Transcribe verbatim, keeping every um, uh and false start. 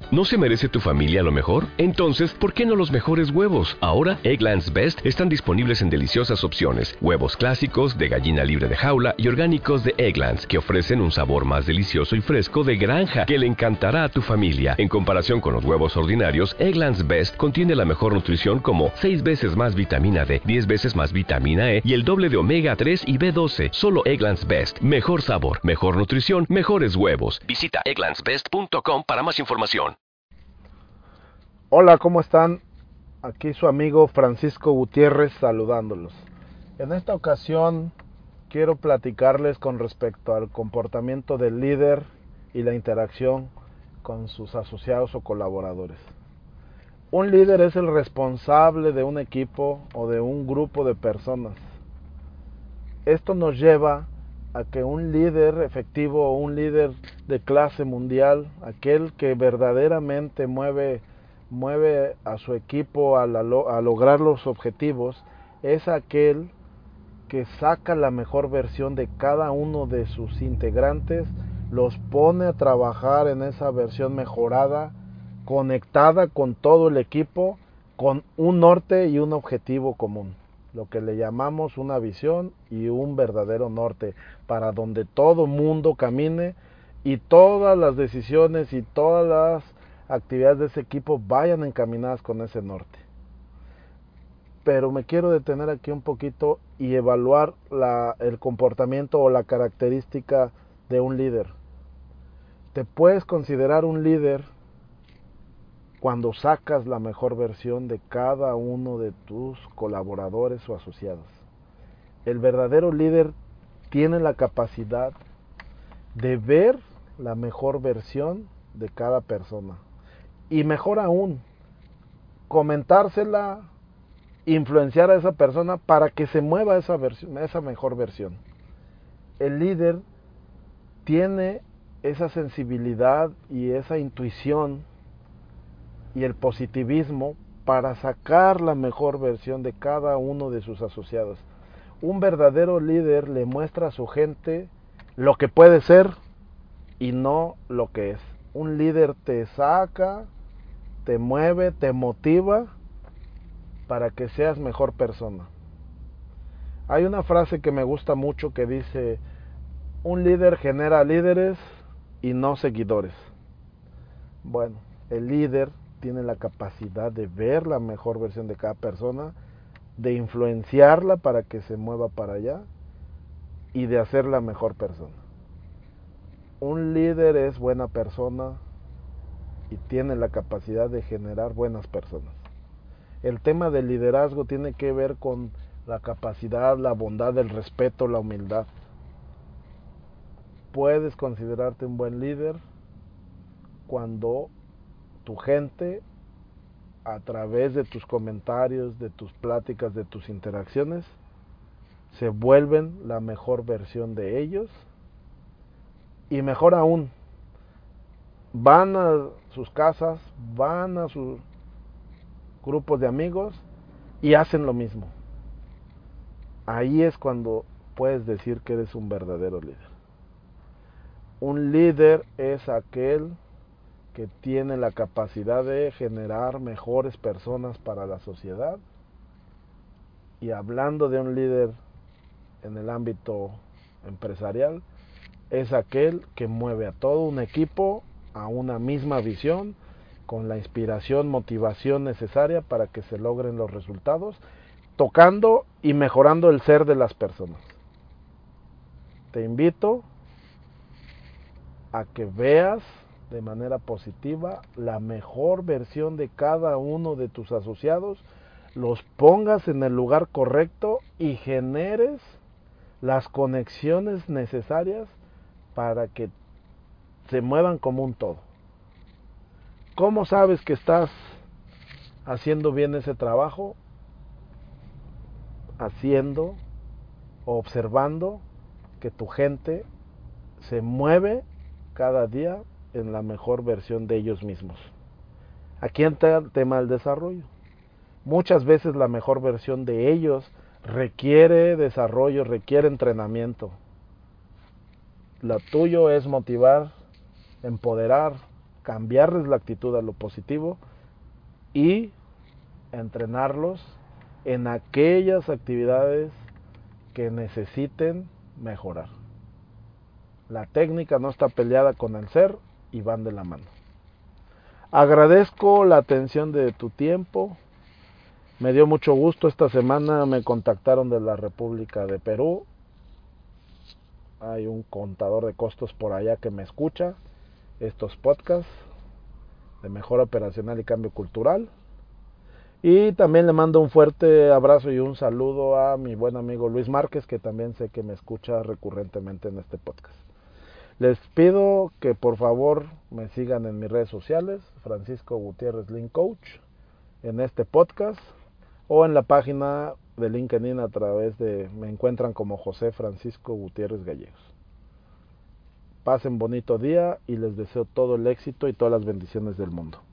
¿No se merece tu familia lo mejor? Entonces, ¿por qué no los mejores huevos? Ahora, Eggland's Best están disponibles en deliciosas opciones. Huevos clásicos, de gallina libre de jaula y orgánicos de Eggland's, que ofrecen un sabor más delicioso y fresco de granja que le encantará a tu familia. En comparación con los huevos ordinarios, Eggland's Best contiene la mejor nutrición como seis veces más vitamina D, diez veces más vitamina E y el doble de omega tres y B doce. Solo Eggland's Best. Mejor sabor, mejor nutrición, mejores huevos. Visita egglands best punto com para más información. Hola, ¿cómo están? Aquí su amigo Francisco Gutiérrez saludándolos. En esta ocasión quiero platicarles con respecto al comportamiento del líder y la interacción con sus asociados o colaboradores. Un líder es el responsable de un equipo o de un grupo de personas. Esto nos lleva a que un líder efectivo o un líder de clase mundial, aquel que verdaderamente mueve mueve a su equipo a, la, a lograr los objetivos, es aquel que saca la mejor versión de cada uno de sus integrantes, los pone a trabajar en esa versión mejorada, conectada con todo el equipo, con un norte y un objetivo común, lo que le llamamos una visión y un verdadero norte, para donde todo mundo camine y todas las decisiones y todas las actividades de ese equipo vayan encaminadas con ese norte. Pero me quiero detener aquí un poquito y evaluar la, el comportamiento o la característica de un líder. Te puedes considerar un líder cuando sacas la mejor versión de cada uno de tus colaboradores o asociados. El verdadero líder tiene la capacidad de ver la mejor versión de cada persona. Y mejor aún, comentársela, influenciar a esa persona para que se mueva esa versión, esa mejor versión. El líder tiene esa sensibilidad y esa intuición y el positivismo para sacar la mejor versión de cada uno de sus asociados. Un verdadero líder le muestra a su gente lo que puede ser y no lo que es. Un líder te saca, te mueve, te motiva para que seas mejor persona. Hay una frase que me gusta mucho que dice: un líder genera líderes y no seguidores. Bueno, el líder tiene la capacidad de ver la mejor versión de cada persona, de influenciarla para que se mueva para allá y de hacerla mejor persona. Un líder es buena persona y tiene la capacidad de generar buenas personas. El tema del liderazgo tiene que ver con la capacidad, la bondad, el respeto, la humildad. Puedes considerarte un buen líder cuando tu gente, a través de tus comentarios, de tus pláticas, de tus interacciones, se vuelven la mejor versión de ellos. Y mejor aún, van a sus casas, van a sus grupos de amigos y hacen lo mismo. Ahí es cuando puedes decir que eres un verdadero líder. Un líder es aquel que tiene la capacidad de generar mejores personas para la sociedad. Y hablando de un líder en el ámbito empresarial, es aquel que mueve a todo un equipo a una misma visión, con la inspiración, motivación necesaria para que se logren los resultados, tocando y mejorando el ser de las personas. Te invito a que veas de manera positiva la mejor versión de cada uno de tus asociados, los pongas en el lugar correcto y generes las conexiones necesarias para que se muevan como un todo. ¿Cómo sabes que estás haciendo bien ese trabajo? Haciendo o observando que tu gente se mueve cada día en la mejor versión de ellos mismos. Aquí entra el tema del desarrollo. Muchas veces la mejor versión de ellos requiere desarrollo, requiere entrenamiento. Lo tuyo es motivar, empoderar, cambiarles la actitud a lo positivo y entrenarlos en aquellas actividades que necesiten mejorar. La técnica no está peleada con el ser y van de la mano. Agradezco la atención de tu tiempo. Me dio mucho gusto. Esta semana me contactaron de la República de Perú. Hay un contador de costos por allá que me escucha estos podcasts de mejora operacional y cambio cultural. Y también le mando un fuerte abrazo y un saludo a mi buen amigo Luis Márquez, que también sé que me escucha recurrentemente en este podcast. Les pido que por favor me sigan en mis redes sociales, Francisco Gutiérrez Lean Coach, en este podcast o en la página de LinkedIn a través de, me encuentran como José Francisco Gutiérrez Gallegos. Pasen bonito día y les deseo todo el éxito y todas las bendiciones del mundo.